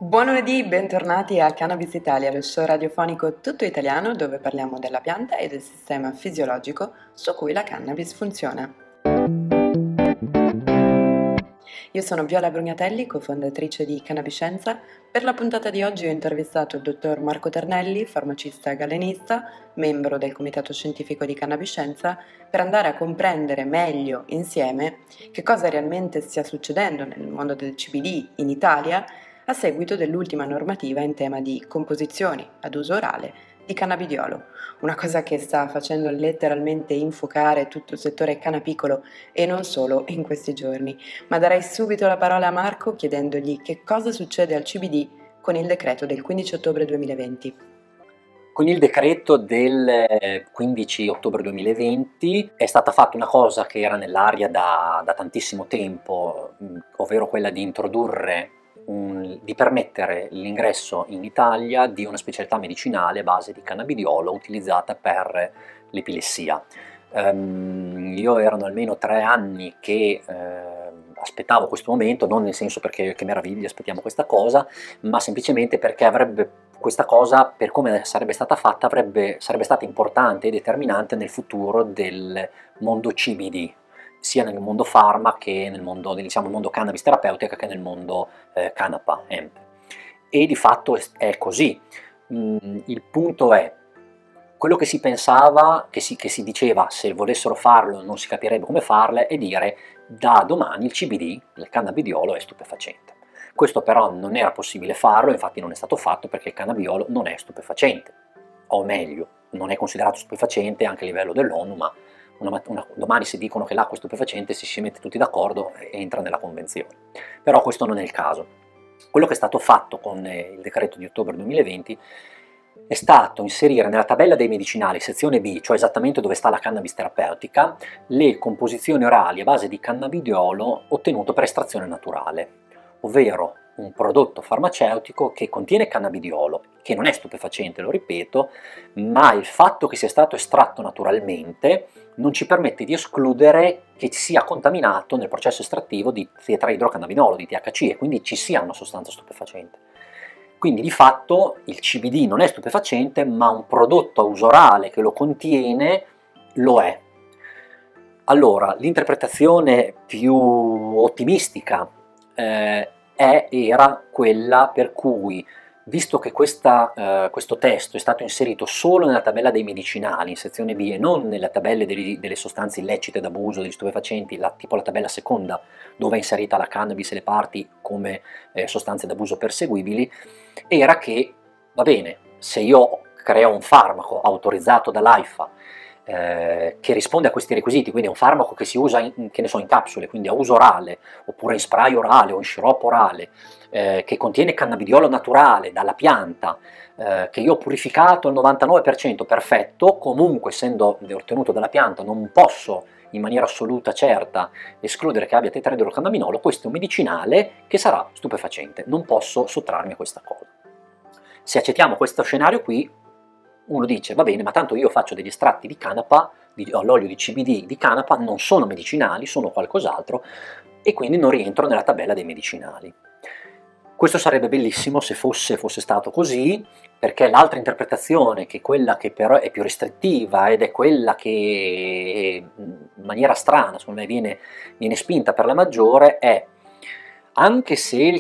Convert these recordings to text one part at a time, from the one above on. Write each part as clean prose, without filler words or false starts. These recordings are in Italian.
Buon lunedì, bentornati a Cannabis Italia, lo show radiofonico tutto italiano dove parliamo della pianta e del sistema fisiologico su cui la cannabis funziona. Io sono Viola Brugnatelli, cofondatrice di Cannabiscienza. Per la puntata di oggi ho intervistato il dottor Marco Ternelli, farmacista galenista, membro del Comitato Scientifico di Cannabiscienza, per andare a comprendere meglio insieme che cosa realmente stia succedendo nel mondo del CBD in Italia a seguito dell'ultima normativa in tema di composizioni ad uso orale di cannabidiolo, una cosa che sta facendo letteralmente infuocare tutto il settore canapicolo e non solo in questi giorni. Ma darei subito la parola a Marco chiedendogli che cosa succede al CBD con il decreto del 15 ottobre 2020. Con il decreto del 15 ottobre 2020 è stata fatta una cosa che era nell'aria da tantissimo tempo, ovvero quella di introdurre, di permettere l'ingresso in Italia di una specialità medicinale a base di cannabidiolo utilizzata per l'epilessia. Io erano almeno 3 anni che aspettavo questo momento, non nel senso perché che meraviglia aspettiamo questa cosa, ma semplicemente perché questa cosa, per come sarebbe stata fatta, sarebbe stata importante e determinante nel futuro del mondo CBD, sia nel mondo pharma che nel mondo, diciamo, mondo cannabis terapeutica che nel mondo canapa, hemp. E di fatto è così. Il punto è, quello che si pensava, che si diceva, se volessero farlo non si capirebbe come farle, è dire da domani il CBD, il cannabidiolo, è stupefacente. Questo però non era possibile farlo, infatti non è stato fatto perché il cannabidiolo non è stupefacente, o meglio, non è considerato stupefacente anche a livello dell'ONU, ma domani se dicono che l'acqua è stupefacente si mette tutti d'accordo e entra nella convenzione. Però questo non è il caso. Quello che è stato fatto con il decreto di ottobre 2020 è stato inserire nella tabella dei medicinali, sezione B, cioè esattamente dove sta la cannabis terapeutica, le composizioni orali a base di cannabidiolo ottenuto per estrazione naturale, ovvero un prodotto farmaceutico che contiene cannabidiolo, che non è stupefacente, lo ripeto, ma il fatto che sia stato estratto naturalmente non ci permette di escludere che sia contaminato nel processo estrattivo di tetraidrocannabinolo, di THC, e quindi ci sia una sostanza stupefacente. Quindi di fatto il CBD non è stupefacente, ma un prodotto a uso orale che lo contiene lo è. Allora, l'interpretazione più ottimistica era quella per cui, visto che questo testo è stato inserito solo nella tabella dei medicinali in sezione B e non nelle tabelle delle sostanze illecite d'abuso, degli stupefacenti, tipo la tabella seconda dove è inserita la cannabis e le parti come sostanze d'abuso perseguibili, era che, va bene, se io creo un farmaco autorizzato dall'AIFA che risponde a questi requisiti, quindi è un farmaco che si usa che ne so, in capsule, quindi a uso orale, oppure in spray orale o in sciroppo orale, che contiene cannabidiolo naturale dalla pianta, che io ho purificato al 99%, perfetto, comunque essendo ottenuto dalla pianta non posso in maniera assoluta certa escludere che abbia tetraidrocannabinolo, questo è un medicinale che sarà stupefacente, non posso sottrarmi a questa cosa. Se accettiamo questo scenario qui, uno dice, va bene, ma tanto io faccio degli estratti di canapa, l'olio di CBD di canapa, non sono medicinali, sono qualcos'altro, e quindi non rientro nella tabella dei medicinali. Questo sarebbe bellissimo se fosse stato così, perché l'altra interpretazione, che è quella che però è più restrittiva ed è quella che in maniera strana, secondo me, viene spinta per la maggiore, è anche se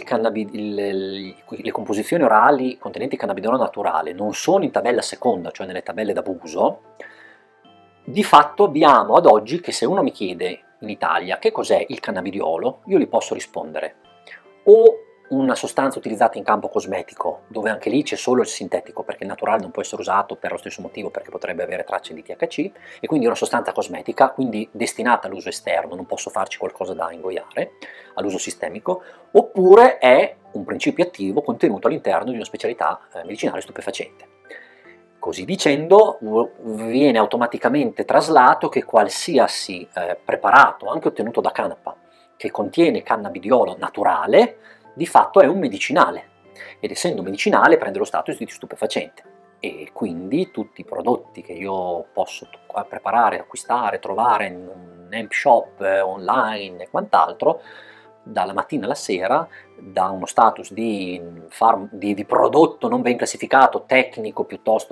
le composizioni orali contenenti cannabidiolo naturale non sono in tabella seconda, cioè nelle tabelle d'abuso, di fatto abbiamo ad oggi che se uno mi chiede in Italia che cos'è il cannabidiolo, io gli posso rispondere o una sostanza utilizzata in campo cosmetico, dove anche lì c'è solo il sintetico, perché il naturale non può essere usato per lo stesso motivo, perché potrebbe avere tracce di THC, e quindi è una sostanza cosmetica, quindi destinata all'uso esterno, non posso farci qualcosa da ingoiare, all'uso sistemico, oppure è un principio attivo contenuto all'interno di una specialità medicinale stupefacente. Così dicendo, viene automaticamente traslato che qualsiasi preparato, anche ottenuto da canapa, che contiene cannabidiolo naturale, di fatto è un medicinale, ed essendo medicinale prende lo status di stupefacente. E quindi tutti i prodotti che io posso preparare, acquistare, trovare in un hemp shop online e quant'altro, dalla mattina alla sera da uno status di prodotto non ben classificato, tecnico piuttosto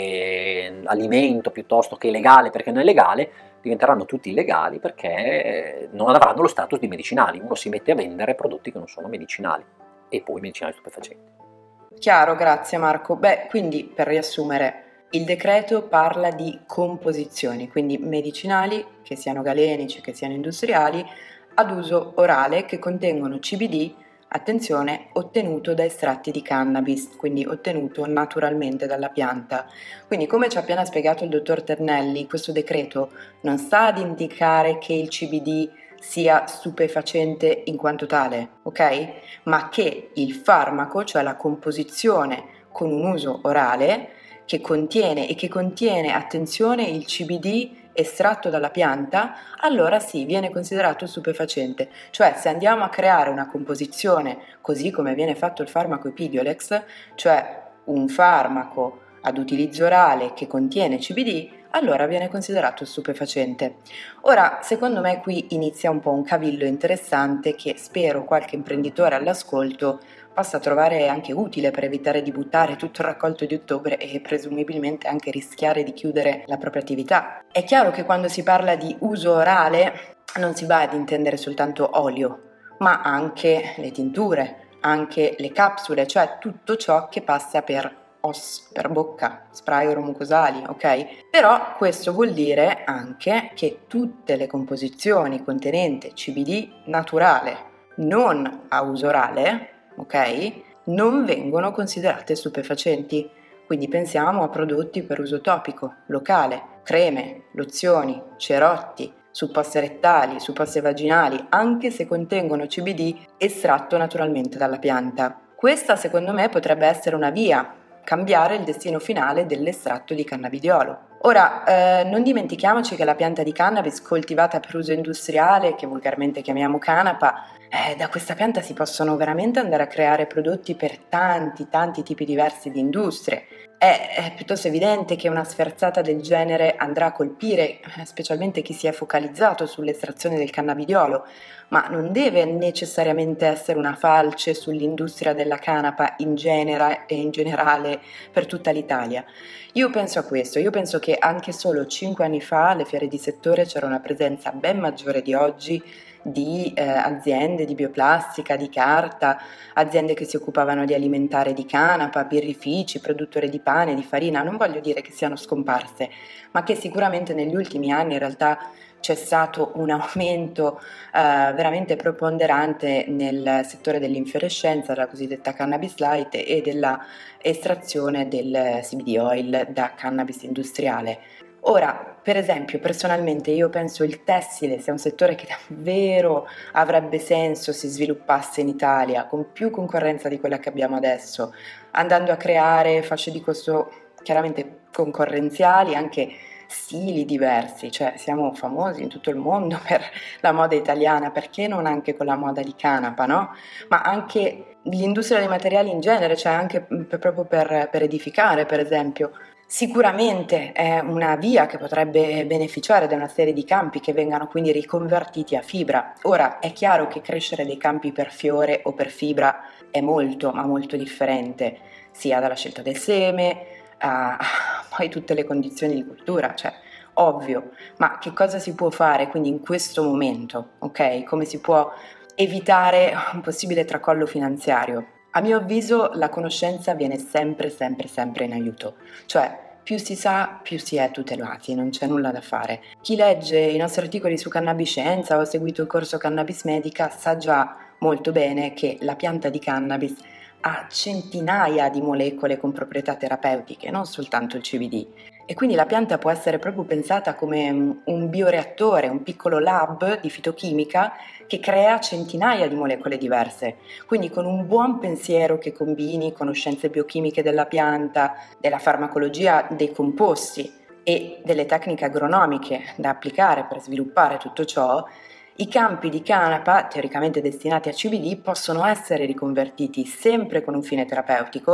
che alimento, piuttosto che legale perché non è legale, diventeranno tutti illegali perché non avranno lo status di medicinali. Uno si mette a vendere prodotti che non sono medicinali e poi medicinali stupefacenti. Chiaro, grazie Marco. Beh, quindi per riassumere, il decreto parla di composizioni, quindi medicinali, che siano galenici, che siano industriali, ad uso orale che contengono CBD, attenzione, ottenuto da estratti di cannabis, quindi ottenuto naturalmente dalla pianta. Quindi come ci ha appena spiegato il dottor Ternelli, questo decreto non sta ad indicare che il CBD sia stupefacente in quanto tale, ok? Ma che il farmaco, cioè la composizione con un uso orale, che contiene, attenzione, il CBD estratto dalla pianta, allora sì, viene considerato stupefacente. Cioè, se andiamo a creare una composizione così come viene fatto il farmaco Epidiolex, cioè un farmaco ad utilizzo orale che contiene CBD, allora viene considerato stupefacente. Ora, secondo me qui inizia un po' un cavillo interessante che spero qualche imprenditore all'ascolto possa trovare anche utile per evitare di buttare tutto il raccolto di ottobre e presumibilmente anche rischiare di chiudere la propria attività. È chiaro che quando si parla di uso orale non si va ad intendere soltanto olio, ma anche le tinture, anche le capsule, cioè tutto ciò che passa per per bocca, spray oromucosali, ok? Però questo vuol dire anche che tutte le composizioni contenenti CBD naturale non a uso orale, ok? Non vengono considerate stupefacenti. Quindi pensiamo a prodotti per uso topico, locale, creme, lozioni, cerotti, supposte rettali, supposte vaginali, anche se contengono CBD estratto naturalmente dalla pianta. Questa secondo me potrebbe essere una via, cambiare il destino finale dell'estratto di cannabidiolo. Ora, non dimentichiamoci che la pianta di cannabis coltivata per uso industriale, che vulgarmente chiamiamo canapa, da questa pianta si possono veramente andare a creare prodotti per tanti tipi diversi di industrie. È piuttosto evidente che una sferzata del genere andrà a colpire specialmente chi si è focalizzato sull'estrazione del cannabidiolo, ma non deve necessariamente essere una falce sull'industria della canapa in genere e in generale per tutta l'Italia. Io penso a questo, io penso che anche solo 5 anni fa alle fiere di settore c'era una presenza ben maggiore di oggi di aziende di bioplastica, di carta, aziende che si occupavano di alimentare di canapa, birrifici, produttori di pane, di farina. Non voglio dire che siano scomparse, ma che sicuramente negli ultimi anni in realtà c'è stato un aumento veramente preponderante nel settore dell'infiorescenza, della cosiddetta cannabis light e della estrazione del CBD oil da cannabis industriale. Ora, per esempio, personalmente io penso il tessile sia un settore che davvero avrebbe senso si sviluppasse in Italia con più concorrenza di quella che abbiamo adesso, andando a creare fasce di costo chiaramente concorrenziali, anche stili diversi, cioè siamo famosi in tutto il mondo per la moda italiana, perché non anche con la moda di canapa, no? Ma anche l'industria dei materiali in genere, cioè anche proprio per edificare, per esempio. Sicuramente è una via che potrebbe beneficiare da una serie di campi che vengano quindi riconvertiti a fibra. Ora è chiaro che crescere dei campi per fiore o per fibra è molto, ma molto differente, sia dalla scelta del seme a poi tutte le condizioni di cultura, cioè ovvio, ma che cosa si può fare quindi in questo momento, ok? Come si può evitare un possibile tracollo finanziario? A mio avviso la conoscenza viene sempre in aiuto, cioè più si sa, più si è tutelati, non c'è nulla da fare. Chi legge i nostri articoli su cannabiscienza o ha seguito il corso Cannabis Medica sa già molto bene che la pianta di cannabis ha centinaia di molecole con proprietà terapeutiche, non soltanto il CBD. E quindi la pianta può essere proprio pensata come un bioreattore, un piccolo lab di fitochimica che crea centinaia di molecole diverse. Quindi con un buon pensiero che combini conoscenze biochimiche della pianta, della farmacologia dei composti e delle tecniche agronomiche da applicare per sviluppare tutto ciò, i campi di canapa, teoricamente destinati a CBD, possono essere riconvertiti sempre con un fine terapeutico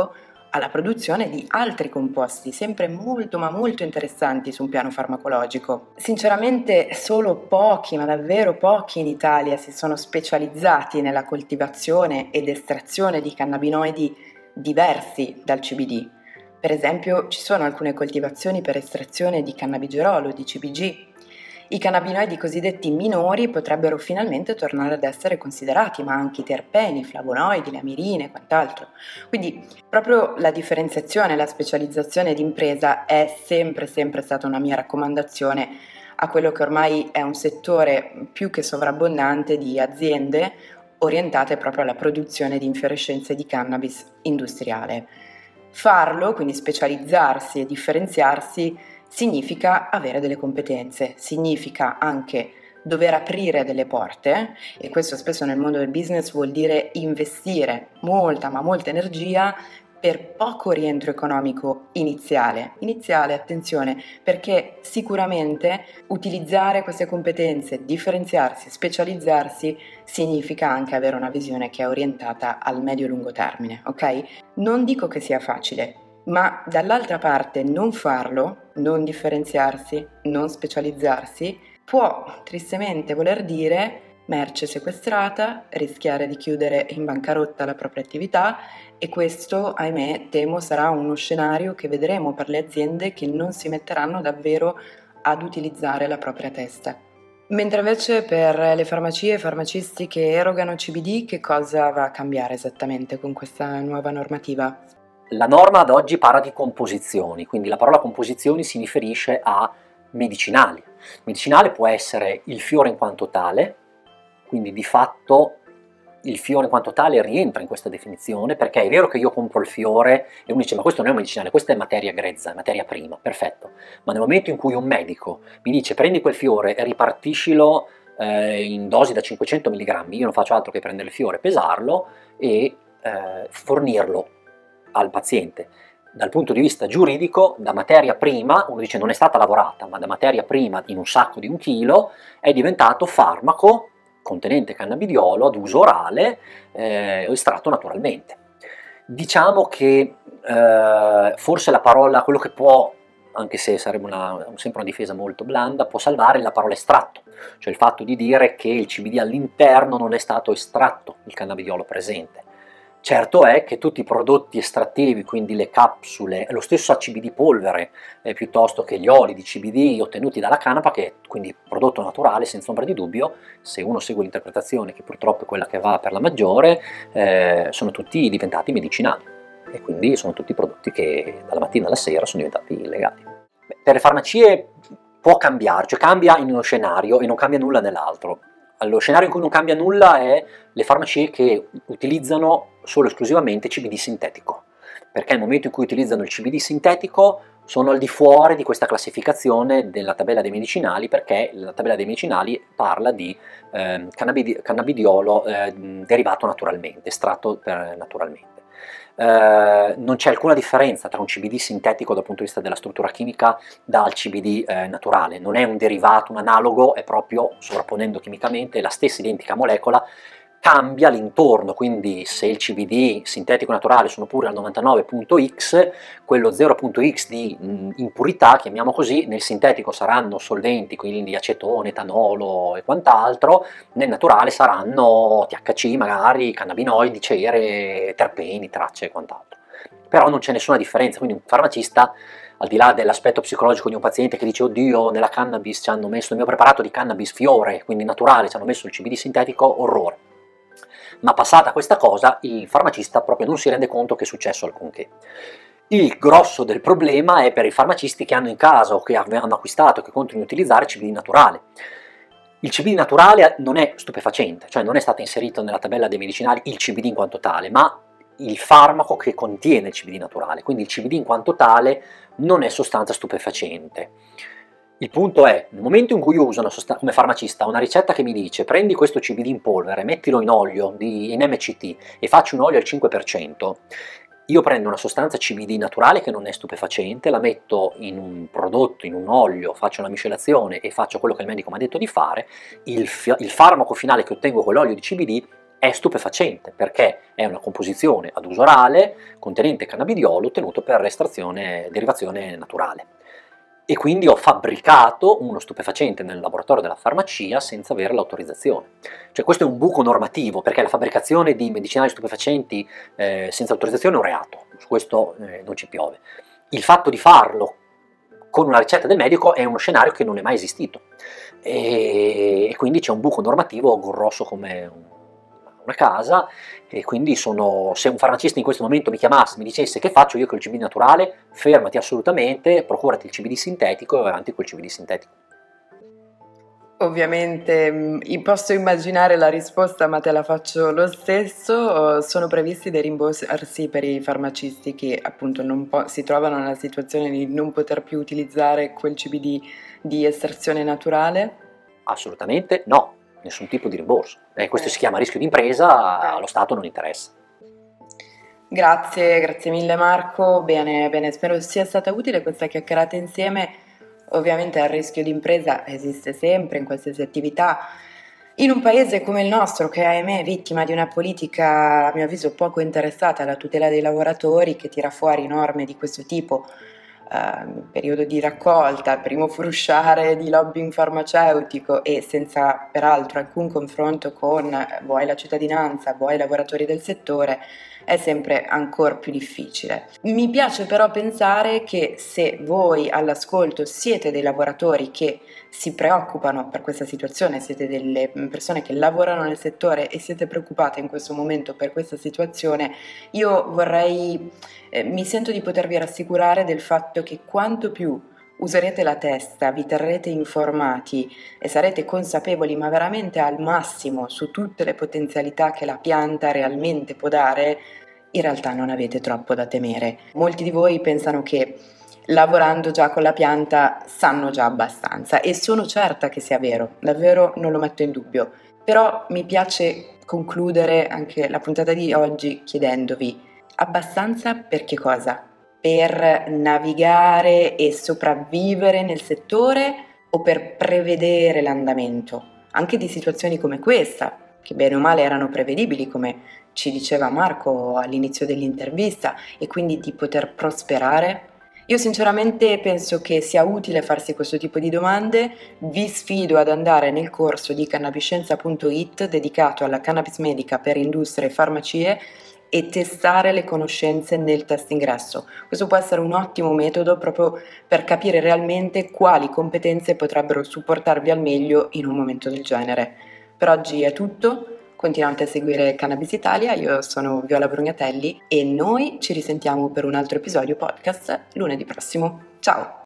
alla produzione di altri composti, sempre molto ma molto interessanti su un piano farmacologico. Sinceramente solo pochi, ma davvero pochi in Italia si sono specializzati nella coltivazione ed estrazione di cannabinoidi diversi dal CBD. Per esempio ci sono alcune coltivazioni per estrazione di cannabigerolo, di CBG. I cannabinoidi cosiddetti minori potrebbero finalmente tornare ad essere considerati, ma anche i terpeni, i flavonoidi, le amirine e quant'altro. Quindi proprio la differenziazione e la specializzazione d'impresa è sempre stata una mia raccomandazione a quello che ormai è un settore più che sovrabbondante di aziende orientate proprio alla produzione di infiorescenze di cannabis industriale. Farlo, quindi specializzarsi e differenziarsi, significa avere delle competenze, significa anche dover aprire delle porte, e questo spesso nel mondo del business vuol dire investire molta ma molta energia per poco rientro economico iniziale. Iniziale, attenzione, perché sicuramente utilizzare queste competenze, differenziarsi, specializzarsi, significa anche avere una visione che è orientata al medio-lungo termine, ok? Non dico che sia facile, ma dall'altra parte non farlo, non differenziarsi, non specializzarsi, può tristemente voler dire merce sequestrata, rischiare di chiudere in bancarotta la propria attività, e questo, ahimè, temo sarà uno scenario che vedremo per le aziende che non si metteranno davvero ad utilizzare la propria testa. Mentre invece per le farmacie e farmacisti che erogano CBD, che cosa va a cambiare esattamente con questa nuova normativa? La norma ad oggi parla di composizioni, quindi la parola composizioni si riferisce a medicinali. Medicinale può essere il fiore in quanto tale, quindi di fatto il fiore in quanto tale rientra in questa definizione, perché è vero che io compro il fiore e uno dice ma questo non è un medicinale, questa è materia grezza, è materia prima, perfetto, ma nel momento in cui un medico mi dice prendi quel fiore e ripartiscilo in dosi da 500 mg, io non faccio altro che prendere il fiore, pesarlo e fornirlo al paziente. Dal punto di vista giuridico, da materia prima, uno dice non è stata lavorata, ma da materia prima in un sacco di 1 chilo è diventato farmaco contenente cannabidiolo ad uso orale estratto naturalmente. Diciamo che forse la parola, quello che può, anche se sarebbe sempre una difesa molto blanda, può salvare la parola estratto, cioè il fatto di dire che il CBD all'interno non è stato estratto il cannabidiolo presente. Certo è che tutti i prodotti estrattivi, quindi le capsule, lo stesso ACBD polvere, piuttosto che gli oli di CBD ottenuti dalla canapa, che è quindi prodotto naturale senza ombra di dubbio, se uno segue l'interpretazione, che purtroppo è quella che va per la maggiore, sono tutti diventati medicinali e quindi sono tutti prodotti che dalla mattina alla sera sono diventati illegali. Per le farmacie può cambiare, cioè cambia in uno scenario e non cambia nulla nell'altro. Lo scenario in cui non cambia nulla è le farmacie che utilizzano solo e esclusivamente CBD sintetico, perché nel momento in cui utilizzano il CBD sintetico sono al di fuori di questa classificazione della tabella dei medicinali, perché la tabella dei medicinali parla di cannabidiolo derivato naturalmente, estratto naturalmente. Non c'è alcuna differenza tra un CBD sintetico dal punto di vista della struttura chimica dal CBD naturale, non è un derivato, un analogo, è proprio, sovrapponendo chimicamente, la stessa identica molecola, cambia l'intorno, quindi se il CBD sintetico naturale sono pure al 99.x, quello 0.x di impurità, chiamiamo così, nel sintetico saranno solventi, quindi acetone, etanolo e quant'altro, nel naturale saranno THC magari, cannabinoidi, cere, terpeni, tracce e quant'altro. Però non c'è nessuna differenza, quindi un farmacista, al di là dell'aspetto psicologico di un paziente che dice oddio, nella cannabis ci hanno messo il mio preparato di cannabis fiore, quindi naturale, ci hanno messo il CBD sintetico, orrore. Ma passata questa cosa, il farmacista proprio non si rende conto che è successo alcunché. Il grosso del problema è per i farmacisti che hanno in casa o che hanno acquistato e che continuano a utilizzare CBD naturale. Il CBD naturale non è stupefacente, cioè non è stato inserito nella tabella dei medicinali il CBD in quanto tale, ma il farmaco che contiene il CBD naturale, quindi il CBD in quanto tale non è sostanza stupefacente. Il punto è, nel momento in cui io uso come farmacista una ricetta che mi dice prendi questo CBD in polvere, mettilo in olio, in MCT e facci un olio al 5%, io prendo una sostanza CBD naturale che non è stupefacente, la metto in un prodotto, in un olio, faccio una miscelazione e faccio quello che il medico mi ha detto di fare, il farmaco finale che ottengo con l'olio di CBD è stupefacente perché è una composizione ad uso orale contenente cannabidiolo ottenuto per derivazione naturale. E quindi ho fabbricato uno stupefacente nel laboratorio della farmacia senza avere l'autorizzazione. Cioè questo è un buco normativo, perché la fabbricazione di medicinali stupefacenti senza autorizzazione è un reato, su questo non ci piove. Il fatto di farlo con una ricetta del medico è uno scenario che non è mai esistito, e quindi c'è un buco normativo grosso come una casa, e quindi se un farmacista in questo momento mi chiamasse e mi dicesse che faccio io col CBD naturale, fermati assolutamente, procurati il CBD sintetico e vai avanti col CBD sintetico. Ovviamente posso immaginare la risposta, ma te la faccio lo stesso. Sono previsti dei rimborsi per i farmacisti che appunto si trovano nella situazione di non poter più utilizzare quel CBD di estrazione naturale? Assolutamente no, nessun tipo di rimborso. Questo si chiama rischio d'impresa, allo Stato non interessa. Grazie mille Marco, bene, spero sia stata utile questa chiacchierata insieme. Ovviamente il rischio d'impresa esiste sempre in qualsiasi attività. In un paese come il nostro, che ahimè è vittima di una politica, a mio avviso, poco interessata alla tutela dei lavoratori, che tira fuori norme di questo tipo, periodo di raccolta, primo frusciare di lobbying farmaceutico e senza peraltro alcun confronto con vuoi la cittadinanza, vuoi i lavoratori del settore, è sempre ancora più difficile. Mi piace però pensare che se voi all'ascolto siete dei lavoratori che si preoccupano per questa situazione, siete delle persone che lavorano nel settore e siete preoccupate in questo momento per questa situazione, io mi sento di potervi rassicurare del fatto che quanto più userete la testa, vi terrete informati e sarete consapevoli, ma veramente al massimo, su tutte le potenzialità che la pianta realmente può dare, in realtà non avete troppo da temere. Molti di voi pensano che lavorando già con la pianta sanno già abbastanza e sono certa che sia vero, davvero non lo metto in dubbio. Però mi piace concludere anche la puntata di oggi chiedendovi: abbastanza per che cosa? Per navigare e sopravvivere nel settore o per prevedere l'andamento anche di situazioni come questa, che bene o male erano prevedibili, come ci diceva Marco all'inizio dell'intervista, e quindi di poter prosperare? Io sinceramente penso che sia utile farsi questo tipo di domande. Vi sfido ad andare nel corso di cannabiscienza.it dedicato alla cannabis medica per industrie e farmacie e testare le conoscenze nel test ingresso. Questo può essere un ottimo metodo proprio per capire realmente quali competenze potrebbero supportarvi al meglio in un momento del genere. Per oggi è tutto, continuate a seguire Cannabis Italia, io sono Viola Brugnatelli e noi ci risentiamo per un altro episodio podcast lunedì prossimo. Ciao!